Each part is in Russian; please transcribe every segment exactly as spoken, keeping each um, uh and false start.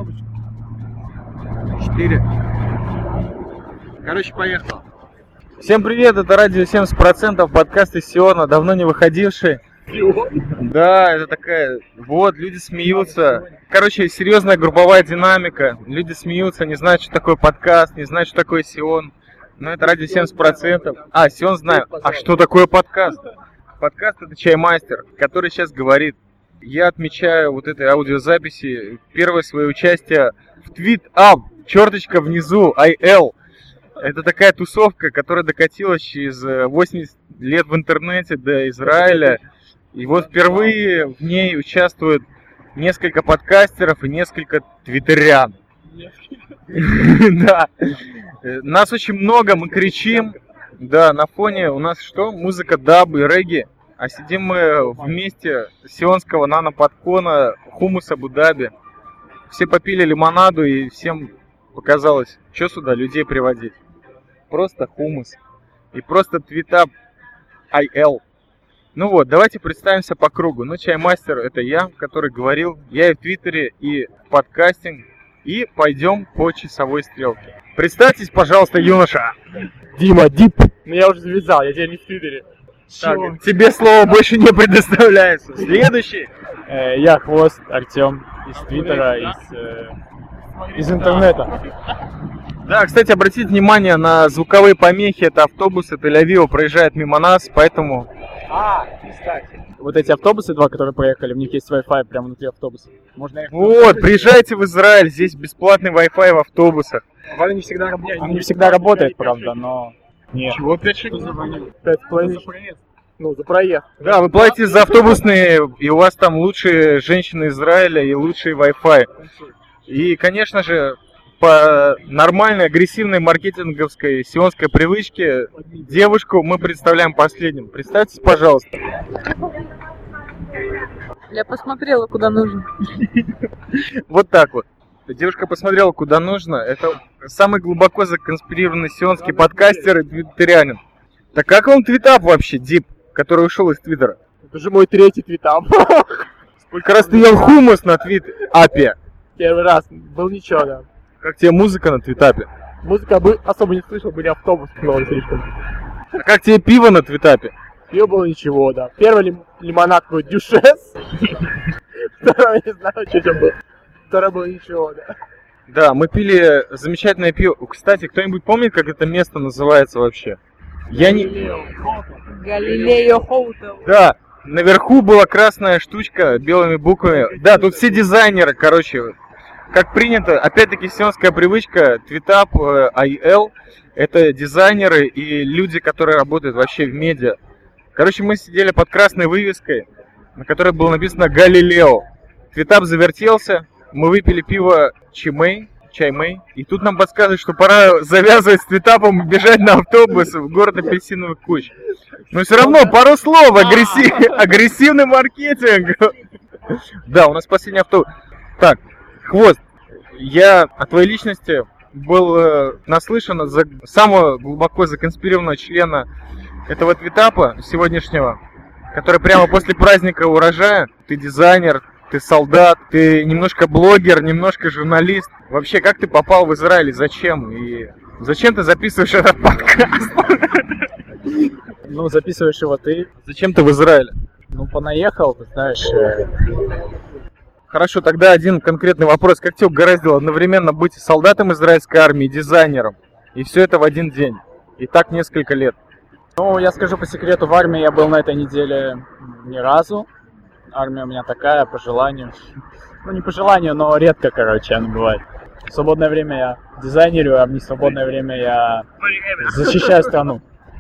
Четыре. Короче, поехал. Всем привет, это радио семьдесят процентов, подкаст из Сиона, давно не выходивший. Да, это такая, вот, люди смеются. Короче, серьезная групповая динамика. Люди смеются, не знают, что такое подкаст, не знают, что такое Сион. Но это радио семьдесят процентов. А, Сион знаю. А что такое подкаст? Подкаст — это чаймастер, который сейчас говорит. Я отмечаю вот этой аудиозаписи первое свое участие в TweetUp, черточка внизу, ай эл. Это такая тусовка, которая докатилась через восемьдесят лет в интернете до Израиля. И вот впервые в ней участвуют несколько подкастеров и несколько твиттерян. Да. Нас очень много, мы кричим. Да, на фоне у нас что? Музыка даб и регги. А сидим мы вместе сионского нано-подкона Хумус Абу-Даби. Все попили лимонаду и всем показалось, что сюда людей приводить. Просто хумус. И просто твитап ай эл. Ну вот, давайте представимся по кругу. Ну, чаймастер — это я, который говорил. Я и в Твиттере, и в подкастинг. И пойдем по часовой стрелке. Представьтесь, пожалуйста, юноша. Дима, Дип. Ну я уже завязал, я теперь не в Твиттере. Так, тебе слово больше не предоставляется. Следующий. Э, я Хвост, Артем, из Твиттера, из, э, из интернета. Да, кстати, обратите внимание на звуковые помехи. Это автобусы Тель-Авива проезжает мимо нас, поэтому... А, кстати. Вот эти автобусы два, которые проехали, у них есть Wi-Fi прямо внутри автобуса. Можно их... Вот, приезжайте в Израиль, здесь бесплатный Wi-Fi в автобусах. Он не всегда, он не всегда работает, правда, но... Нет. Чего пять шекелей? пять с половиной. Ну, за проезд. Да, вы платите за автобусные, и у вас там лучшие женщины Израиля и лучший Wi-Fi. И, конечно же, по нормальной, агрессивной маркетинговской сионской привычке девушку мы представляем последним. Представьтесь, пожалуйста. Я посмотрела, куда нужно. Вот так вот. Девушка посмотрела, куда нужно. Это самый глубоко законспирированный сионский подкастер и твиттерянин. Так как вам твитап вообще, Дип, который ушел из Твиттера? Это же мой третий твитап. Сколько раз ты ел хумус на твит-апе? Первый раз. Был ничего, да. Как тебе музыка на твитапе? Музыка бы особо не слышал, были автобусы много слишком. А как тебе пиво на твитапе? Пиво было ничего, да. Первый лим- лимонад был дюшес. Второй, не знаю, что там было. Второй был ничего, да. Да, мы пили замечательное пиво. Кстати, кто-нибудь помнит, как это место называется вообще? Я не... Галилео Хоутел. Да, наверху была красная штучка белыми буквами. Да, тут все дизайнеры, короче. Как принято, опять-таки сионская привычка, твитап, ай эл, это дизайнеры и люди, которые работают вообще в медиа. Короче, мы сидели под красной вывеской, на которой было написано «Галилео». Твитап завертелся, мы выпили пиво Чимей, Чаймей, и тут нам подсказывают, что пора завязывать с твитапом и бежать на автобус в город апельсиновых куч. Но все равно пару слов, агрессив... агрессивный маркетинг. Да, у нас последний автобус. Так, Хвост, я о твоей личности был э, наслышан от за... самого глубоко законспирированного члена этого твитапа сегодняшнего, который прямо после праздника урожая, ты дизайнер, ты солдат, ты немножко блогер, немножко журналист. Вообще, как ты попал в Израиль и зачем? И зачем ты записываешь этот подкаст? Ну, записываешь его ты. Зачем ты в Израиле? Ну, понаехал, ты знаешь... Э... Хорошо, тогда один конкретный вопрос. Как тебе угораздило одновременно быть солдатом израильской армии, дизайнером? И все это в один день. И так несколько лет. Ну, я скажу по секрету, в армии я был на этой неделе ни разу. Армия у меня такая, по желанию. Ну, не по желанию, но редко, короче, она бывает. В свободное время я дизайнерю, а в несвободное время я защищаю страну.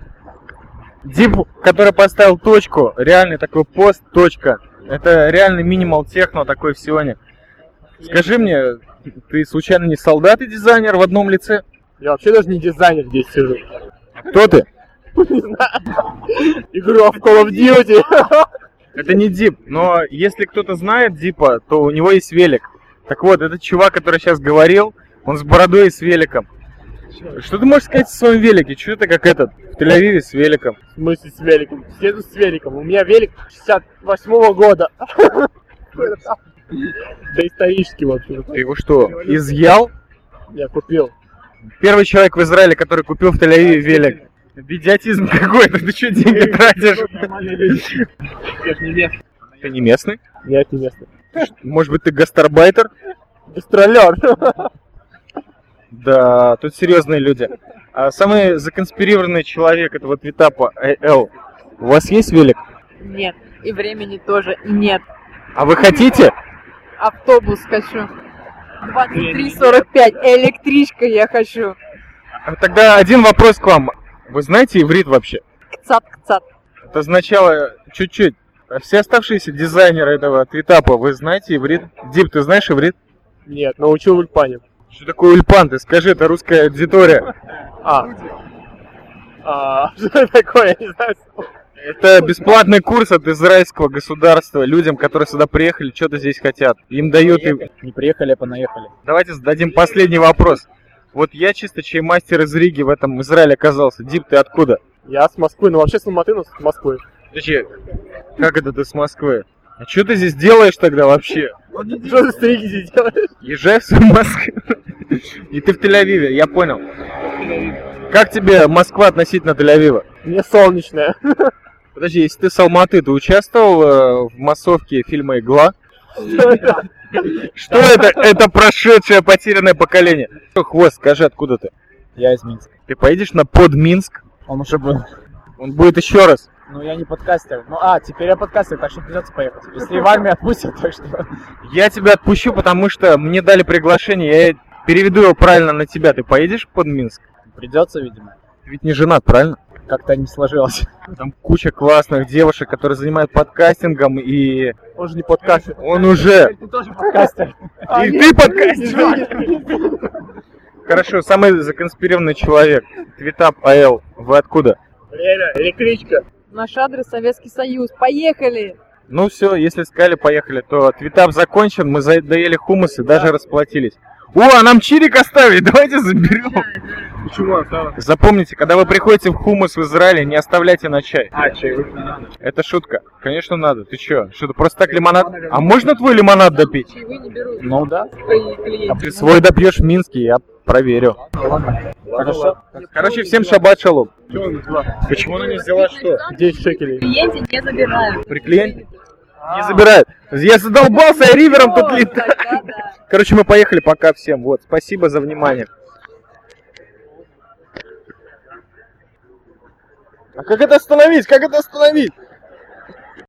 Дип, который поставил точку, реальный такой пост, точка. Это реальный минимал техно такой в Сионе. Скажи мне, ты случайно не солдат и дизайнер в одном лице? Я вообще даже не дизайнер здесь сижу. Кто ты? Не знаю. Игру в Call of Duty. Это не Дип, но если кто-то знает Дипа, то у него есть велик. Так вот, этот чувак, который сейчас говорил, он с бородой и с великом. Что ты можешь сказать о своем велике? Что ты как этот, в Тель-Авиве с великом? В смысле с великом? Еду с великом. У меня велик шестьдесят восьмого года. Доисторический вообще. Ты его что, изъял? Я купил. Первый человек в Израиле, который купил в Тель-Авиве велик. Идиотизм какой-то, ты что, деньги тратишь? Я ж не местный. Ты не местный? Нет, не местный. Может быть, ты гастарбайтер? Гастролер. Да, тут серьезные люди. А самый законспирированный человек этого твитапа эй эл. У вас есть велик? Нет. И времени тоже нет. А вы хотите? Автобус хочу. двадцать три сорок пять. Электричка я хочу. Тогда один вопрос к вам. Вы знаете иврит вообще? Кцат-кцат. Это означало чуть-чуть. А все оставшиеся дизайнеры этого твитапа, вы знаете иврит? Дип, ты знаешь иврит? Нет, но учил в Ульпане. Что такое ульпан? Ты скажи, это русская аудитория. А. А, что это такое? Я не знаю. Это бесплатный курс от израильского государства людям, которые сюда приехали, что-то здесь хотят. Им дают... и- Не приехали, а понаехали. Давайте зададим последний вопрос. Вот я чисто чаймастер из Риги в этом Израиле оказался. Дип, ты откуда? Я с Москвы, ну вообще с Алматы, но с Москвы. Подожди, как это ты с Москвы? А что ты здесь делаешь тогда вообще? Что ты с Риги здесь делаешь? Езжай в свою Москву. И ты в Тель-Авиве, я понял. Как тебе Москва относительно Тель-Авива? Мне солнечная. Подожди, если ты с Алматы, ты участвовал э, в массовке фильма «Игла»? Что это? Это прошедшее потерянное поколение. Хвост, скажи, откуда ты? Я из Минска. Ты поедешь на под Минск? Он уже был. Он будет еще раз. Ну я не подкастер. Ну а, теперь я подкастер, так что придется поехать. Если в армию отпустят, так что... Я тебя отпущу, потому что мне дали приглашение, я переведу его правильно на тебя. Ты поедешь под Минск? Придется, видимо. Ты ведь не женат, правильно? Как-то не сложилось. Там куча классных девушек, которые занимаются подкастингом, и Он же не подкастер. он уже... Ты тоже подкастер. И ты подкастер! Хорошо, самый законспирированный человек. Твитап эй эл. Вы откуда? Время, электричка. Наш адрес Советский Союз. Поехали! Ну все, если сказали поехали, то твитап закончен, мы за- доели хумус и даже расплатились. О, а нам чирик оставили, давайте заберем. Почему осталось? Запомните, когда вы приходите в хумус в Израиле, не оставляйте на чай. А, чаевых не надо. Это шутка. Конечно надо. Ты чё? Что, ты просто так лимонад? А можно твой лимонад допить? Чаевые не берут. Ну да. При клиенте. Ты свой допьешь в Минске, я проверю. Хорошо. Короче, всем шаббат шалом. Чего он взяла? Почему она не взяла что? десять шекелей. Клиенте не забирают. При клиенте? Не забирают. Я задолбался, я ривером тут летаю. Да, да. Короче, мы поехали, пока всем. Вот, спасибо за внимание. А как это остановить? Как это остановить?